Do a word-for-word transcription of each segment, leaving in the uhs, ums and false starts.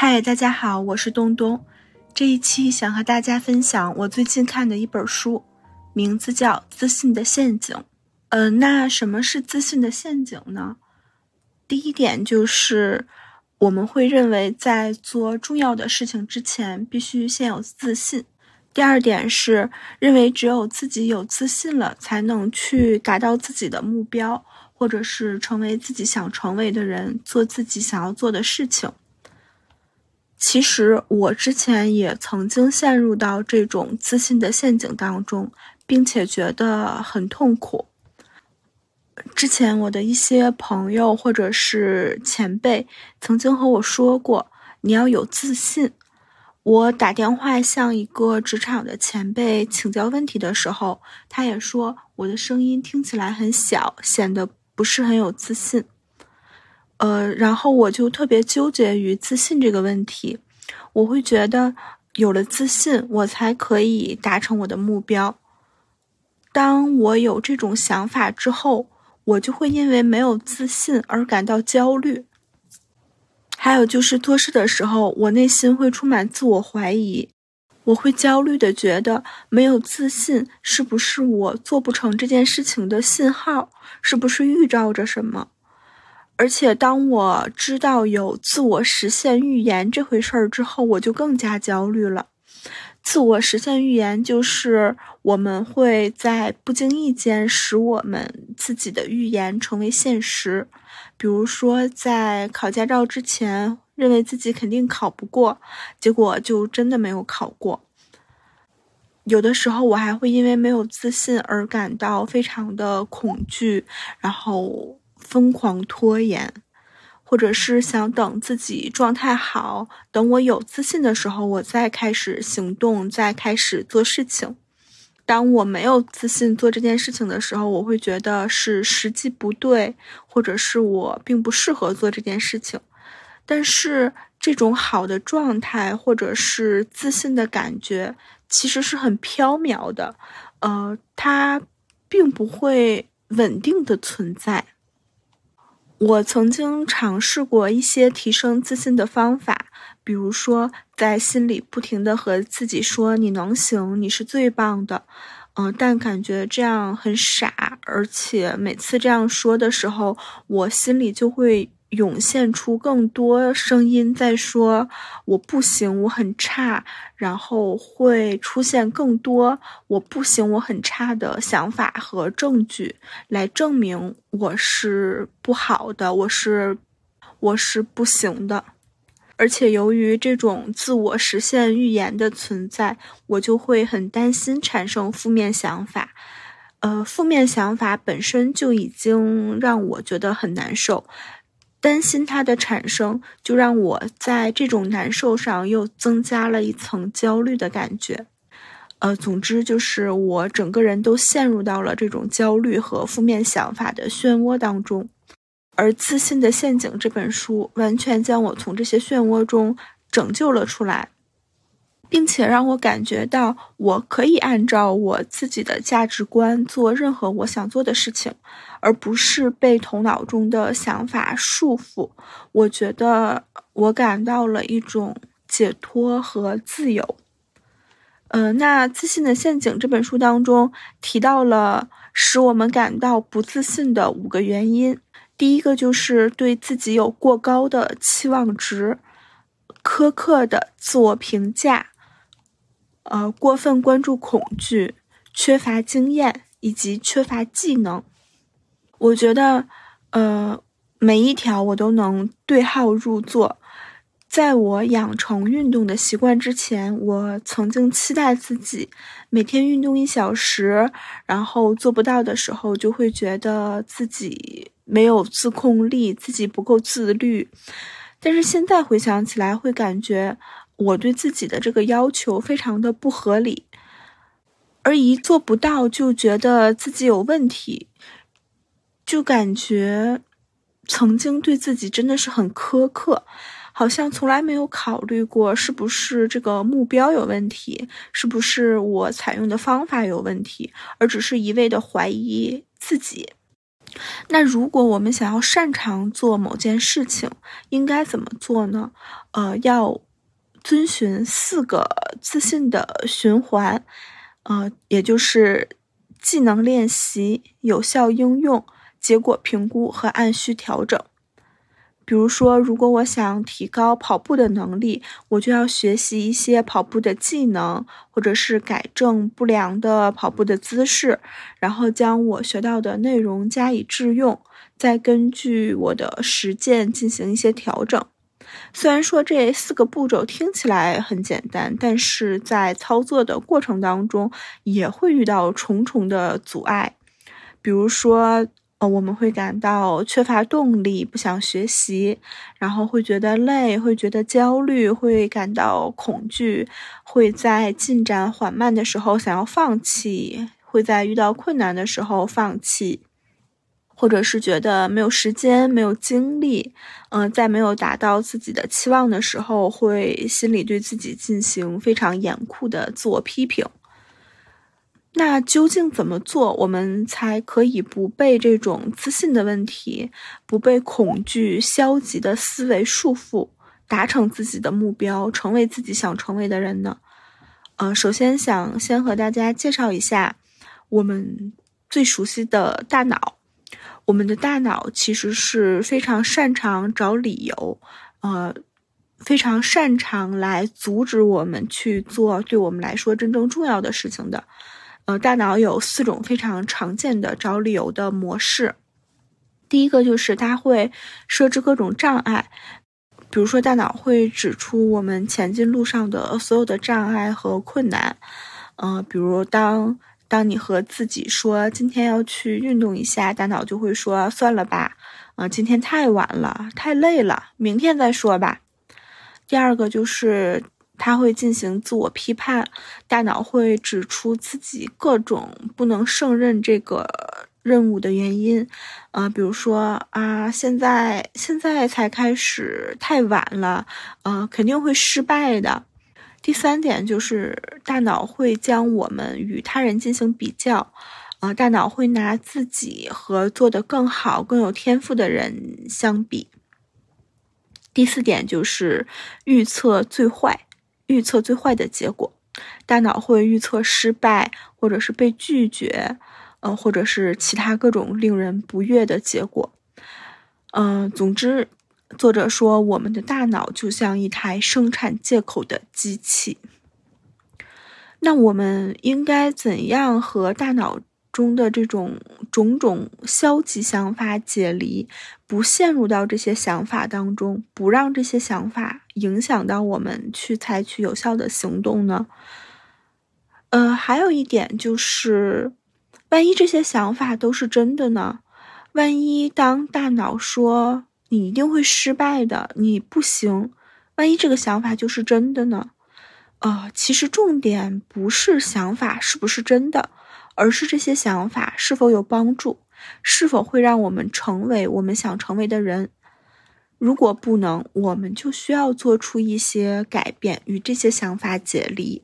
嗨，大家好，我是东东。这一期想和大家分享我最近看的一本书，名字叫《自信的陷阱》。呃，那什么是自信的陷阱呢？第一点就是我们会认为在做重要的事情之前必须先有自信。第二点是认为只有自己有自信了才能去达到自己的目标，或者是成为自己想成为的人，做自己想要做的事情。其实我之前也曾经陷入到这种自信的陷阱当中，并且觉得很痛苦。之前我的一些朋友或者是前辈曾经和我说过，你要有自信。我打电话向一个职场的前辈请教问题的时候，他也说我的声音听起来很小，显得不是很有自信。呃，然后我就特别纠结于自信这个问题，我会觉得有了自信，我才可以达成我的目标。当我有这种想法之后，我就会因为没有自信而感到焦虑。还有就是做事的时候，我内心会充满自我怀疑，我会焦虑的觉得没有自信是不是我做不成这件事情的信号，是不是预兆着什么。而且当我知道有自我实现预言这回事儿之后，我就更加焦虑了。自我实现预言就是我们会在不经意间使我们自己的预言成为现实。比如说在考驾照之前认为自己肯定考不过，结果就真的没有考过。有的时候我还会因为没有自信而感到非常的恐惧，然后疯狂拖延，或者是想等自己状态好，等我有自信的时候，我再开始行动，再开始做事情。当我没有自信做这件事情的时候，我会觉得是时机不对，或者是我并不适合做这件事情。但是这种好的状态或者是自信的感觉其实是很飘渺的，呃，它并不会稳定的存在。我曾经尝试过一些提升自信的方法，比如说在心里不停地和自己说你能行，你是最棒的，嗯、呃，但感觉这样很傻，而且每次这样说的时候，我心里就会涌现出更多声音在说我不行，我很差，然后会出现更多我不行，我很差的想法和证据来证明我是不好的，我是我是不行的。而且由于这种自我实现预言的存在，我就会很担心产生负面想法。呃，负面想法本身就已经让我觉得很难受，担心它的产生，就让我在这种难受上又增加了一层焦虑的感觉。呃，总之就是我整个人都陷入到了这种焦虑和负面想法的漩涡当中。而《自信的陷阱》这本书完全将我从这些漩涡中拯救了出来，并且让我感觉到我可以按照我自己的价值观做任何我想做的事情，而不是被头脑中的想法束缚。我觉得我感到了一种解脱和自由。呃，那《自信的陷阱》这本书当中提到了使我们感到不自信的五个原因。第一个就是对自己有过高的期望值，苛刻的自我评价，呃，过分关注恐惧，缺乏经验以及缺乏技能。我觉得，呃，每一条我都能对号入座。在我养成运动的习惯之前，我曾经期待自己每天运动一小时，然后做不到的时候就会觉得自己没有自控力，自己不够自律。但是现在回想起来，会感觉我对自己的这个要求非常的不合理，而一做不到就觉得自己有问题，就感觉曾经对自己真的是很苛刻，好像从来没有考虑过是不是这个目标有问题，是不是我采用的方法有问题，而只是一味的怀疑自己。 那如果我们想要擅长做某件事情，应该怎么做呢？呃，要遵循四个自信的循环，呃，也就是技能练习、有效应用、结果评估和按需调整。比如说，如果我想提高跑步的能力，我就要学习一些跑步的技能，或者是改正不良的跑步的姿势，然后将我学到的内容加以致用，再根据我的实践进行一些调整。虽然说这四个步骤听起来很简单，但是在操作的过程当中也会遇到重重的阻碍。比如说呃，我们会感到缺乏动力，不想学习，然后会觉得累，会觉得焦虑，会感到恐惧，会在进展缓慢的时候想要放弃，会在遇到困难的时候放弃，或者是觉得没有时间，没有精力，嗯、呃，在没有达到自己的期望的时候，会心里对自己进行非常严酷的自我批评。那究竟怎么做，我们才可以不被这种自信的问题，不被恐惧、消极的思维束缚，达成自己的目标，成为自己想成为的人呢？呃，首先想先和大家介绍一下我们最熟悉的大脑。我们的大脑其实是非常擅长找理由，呃，非常擅长来阻止我们去做对我们来说真正重要的事情的。呃，大脑有四种非常常见的找理由的模式。第一个就是它会设置各种障碍，比如说大脑会指出我们前进路上的所有的障碍和困难。呃，比如当当你和自己说今天要去运动一下，大脑就会说算了吧，呃，今天太晚了，太累了，明天再说吧。第二个就是他会进行自我批判，大脑会指出自己各种不能胜任这个任务的原因，呃，比如说啊，现在现在才开始，太晚了，呃，肯定会失败的。第三点就是大脑会将我们与他人进行比较，呃，大脑会拿自己和做得更好、更有天赋的人相比。第四点就是预测最坏，预测最坏的结果，大脑会预测失败，或者是被拒绝，呃，或者是其他各种令人不悦的结果。嗯、呃，总之，作者说我们的大脑就像一台生产借口的机器。那我们应该怎样和大脑中的这种种种消极想法解离，不陷入到这些想法当中，不让这些想法影响到我们去采取有效的行动呢？呃，还有一点就是，万一这些想法都是真的呢？万一当大脑说你一定会失败的，你不行，万一这个想法就是真的呢？呃，其实重点不是想法是不是真的，而是这些想法是否有帮助，是否会让我们成为我们想成为的人。如果不能，我们就需要做出一些改变，与这些想法解离。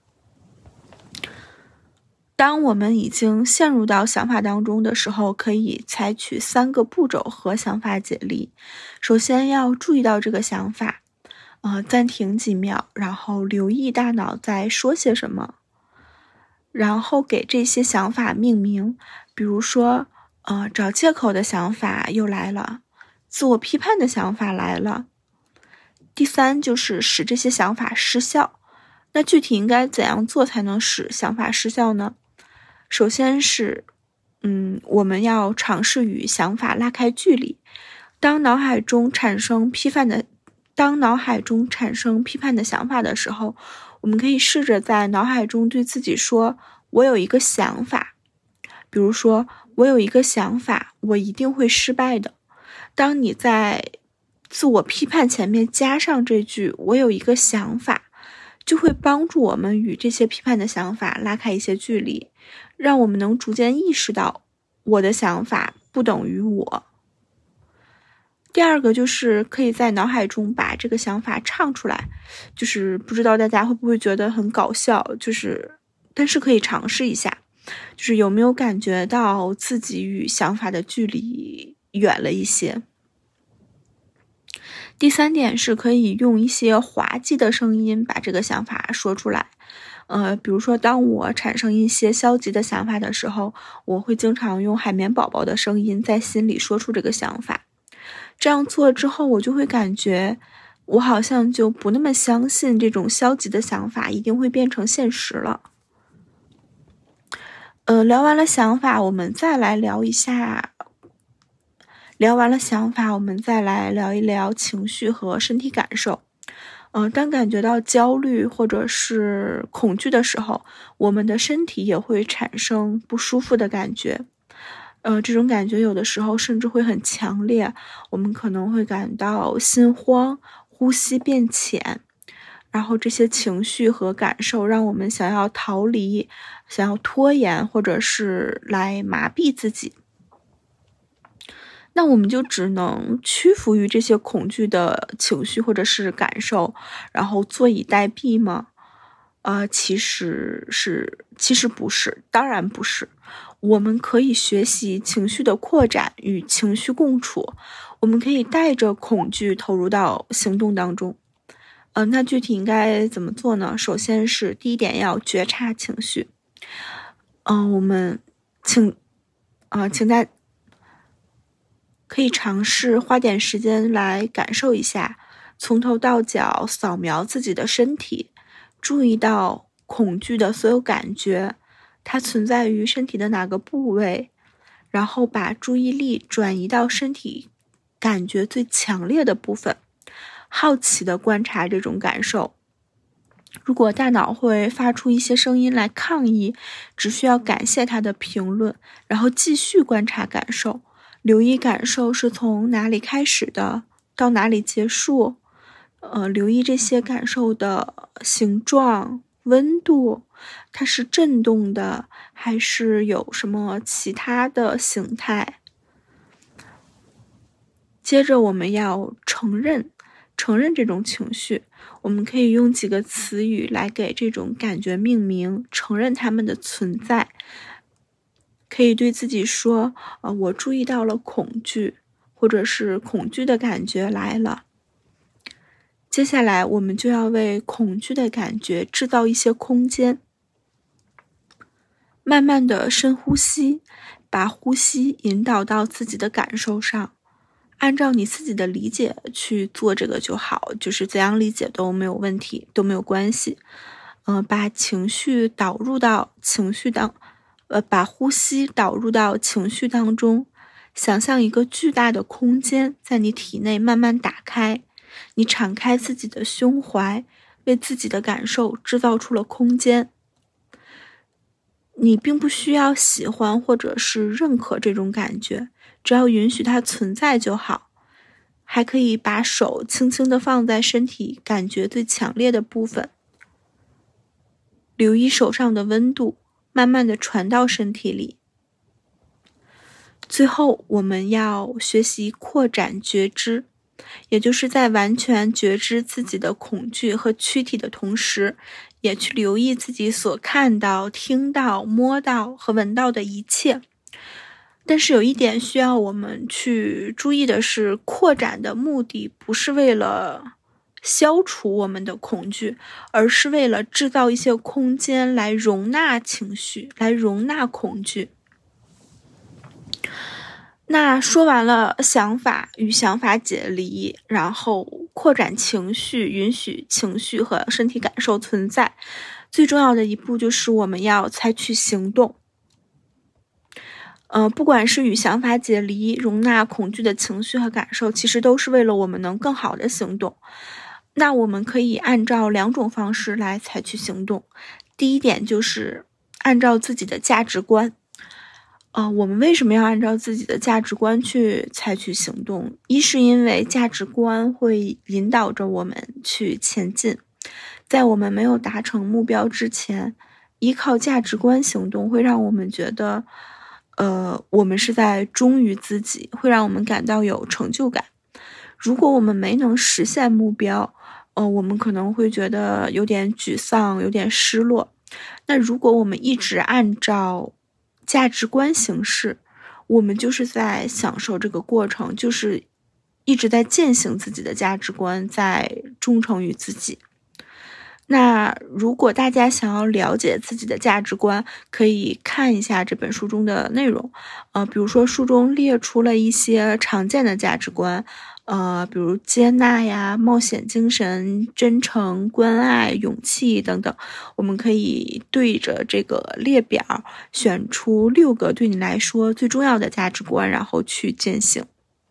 当我们已经陷入到想法当中的时候，可以采取三个步骤和想法解离。首先要注意到这个想法，呃，暂停几秒，然后留意大脑在说些什么，然后给这些想法命名。比如说，呃，找借口的想法又来了，自我批判的想法来了。第三就是使这些想法失效。那具体应该怎样做才能使想法失效呢？首先是，嗯，我们要尝试与想法拉开距离。当脑海中产生批判的，当脑海中产生批判的想法的时候，我们可以试着在脑海中对自己说：“我有一个想法。”比如说，我有一个想法，我一定会失败的。当你在自我批判前面加上这句“我有一个想法”，就会帮助我们与这些批判的想法拉开一些距离，让我们能逐渐意识到我的想法不等于我。第二个就是可以在脑海中把这个想法唱出来，就是不知道大家会不会觉得很搞笑，就是但是可以尝试一下。 就是有没有感觉到自己与想法的距离远了一些。第三点是可以用一些滑稽的声音把这个想法说出来。呃，比如说当我产生一些消极的想法的时候，我会经常用海绵宝宝的声音在心里说出这个想法。这样做之后，我就会感觉我好像就不那么相信这种消极的想法一定会变成现实了。呃，聊完了想法，我们再来聊一下聊完了想法，我们再来聊一聊情绪和身体感受。呃，当感觉到焦虑或者是恐惧的时候，我们的身体也会产生不舒服的感觉。呃，这种感觉有的时候甚至会很强烈，我们可能会感到心慌，呼吸变浅，然后这些情绪和感受让我们想要逃离，想要拖延，或者是来麻痹自己。那我们就只能屈服于这些恐惧的情绪或者是感受，然后坐以待毙吗？呃，其实是，其实不是，当然不是。我们可以学习情绪的扩展，与情绪共处。我们可以带着恐惧投入到行动当中。呃，那具体应该怎么做呢？首先是第一点，要觉察情绪。嗯、呃，我们请啊、呃，请在。可以尝试花点时间来感受一下，从头到脚扫描自己的身体，注意到恐惧的所有感觉，它存在于身体的哪个部位，然后把注意力转移到身体感觉最强烈的部分，好奇地观察这种感受。如果大脑会发出一些声音来抗议，只需要感谢它的评论，然后继续观察感受。留意感受是从哪里开始的，到哪里结束，呃，留意这些感受的形状、温度，它是震动的，还是有什么其他的形态？接着我们要承认，承认这种情绪，我们可以用几个词语来给这种感觉命名，承认它们的存在。可以对自己说，呃，我注意到了恐惧，或者是恐惧的感觉来了。接下来我们就要为恐惧的感觉制造一些空间。慢慢的深呼吸，把呼吸引导到自己的感受上，按照你自己的理解去做这个就好，就是怎样理解都没有问题，都没有关系。呃，把情绪导入到情绪当呃，把呼吸导入到情绪当中，想象一个巨大的空间在你体内慢慢打开，你敞开自己的胸怀，为自己的感受制造出了空间。你并不需要喜欢或者是认可这种感觉，只要允许它存在就好。还可以把手轻轻地放在身体感觉最强烈的部分，留意手上的温度慢慢地传到身体里。最后，我们要学习扩展觉知，也就是在完全觉知自己的恐惧和躯体的同时，也去留意自己所看到、听到、摸到和闻到的一切。但是有一点需要我们去注意的是，扩展的目的不是为了消除我们的恐惧，而是为了制造一些空间来容纳情绪，来容纳恐惧。那说完了想法与想法解离，然后扩展情绪，允许情绪和身体感受存在，最重要的一步就是我们要采取行动。呃，不管是与想法解离，容纳恐惧的情绪和感受，其实都是为了我们能更好的行动。那我们可以按照两种方式来采取行动。第一点就是按照自己的价值观。呃，我们为什么要按照自己的价值观去采取行动？一是因为价值观会引导着我们去前进，在我们没有达成目标之前，依靠价值观行动会让我们觉得，呃，我们是在忠于自己，会让我们感到有成就感。如果我们没能实现目标，呃，我们可能会觉得有点沮丧，有点失落。那如果我们一直按照价值观形式，我们就是在享受这个过程，就是一直在践行自己的价值观，在忠诚于自己。那如果大家想要了解自己的价值观，可以看一下这本书中的内容。呃，比如说书中列出了一些常见的价值观，呃，比如接纳呀、冒险精神、真诚、关爱、勇气等等。我们可以对着这个列表选出六个对你来说最重要的价值观，然后去践行。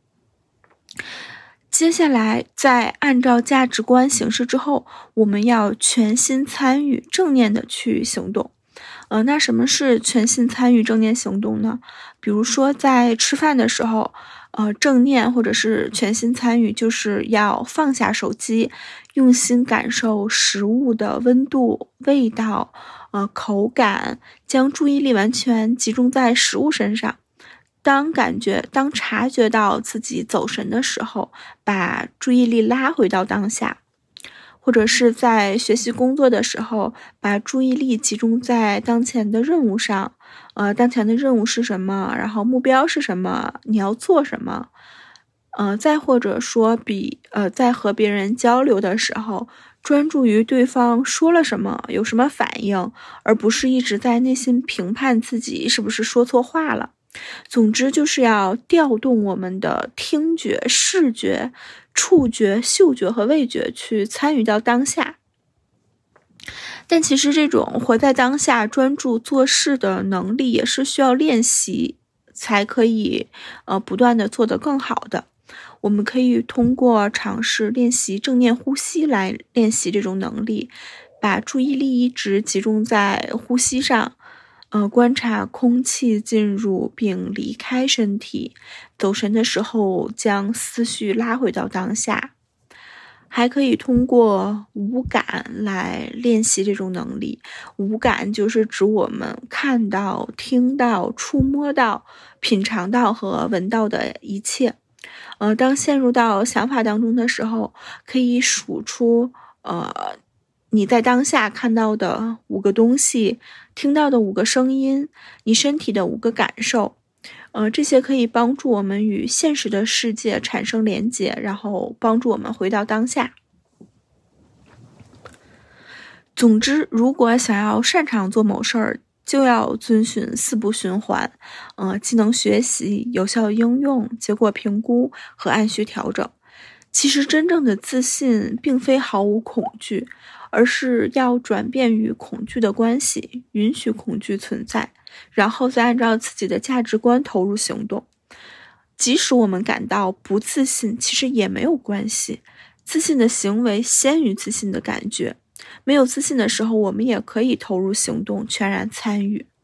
接下来在按照价值观行事之后，我们要全心参与，正念的去行动。呃，那什么是全心参与正念行动呢？比如说在吃饭的时候，呃，正念或者是全心参与，就是要放下手机，用心感受食物的温度、味道、呃口感，将注意力完全集中在食物身上。当感觉当察觉到自己走神的时候，把注意力拉回到当下。或者是在学习工作的时候，把注意力集中在当前的任务上，呃，当前的任务是什么，然后目标是什么，你要做什么。呃，再或者说比呃，在和别人交流的时候，专注于对方说了什么，有什么反应，而不是一直在内心评判自己是不是说错话了。总之就是要调动我们的听觉、视觉、触觉、嗅觉和味觉去参与到当下。但其实这种活在当下、专注做事的能力也是需要练习才可以呃不断的做得更好的。我们可以通过尝试练习正念呼吸来练习这种能力，把注意力一直集中在呼吸上。呃，观察空气进入并离开身体，走神的时候将思绪拉回到当下。还可以通过五感来练习这种能力。五感就是指我们看到、听到、触摸到、品尝到和闻到的一切。呃，当陷入到想法当中的时候，可以数出呃你在当下看到的五个东西，听到的五个声音，你身体的五个感受，呃，这些可以帮助我们与现实的世界产生连结，然后帮助我们回到当下。总之，如果想要擅长做某事儿，就要遵循四步循环，呃，技能学习、有效应用、结果评估和按需调整。其实真正的自信并非毫无恐惧，而是要转变与恐惧的关系，允许恐惧存在，然后再按照自己的价值观投入行动。即使我们感到不自信，其实也没有关系，自信的行为先于自信的感觉。没有自信的时候，我们也可以投入行动，全然参与。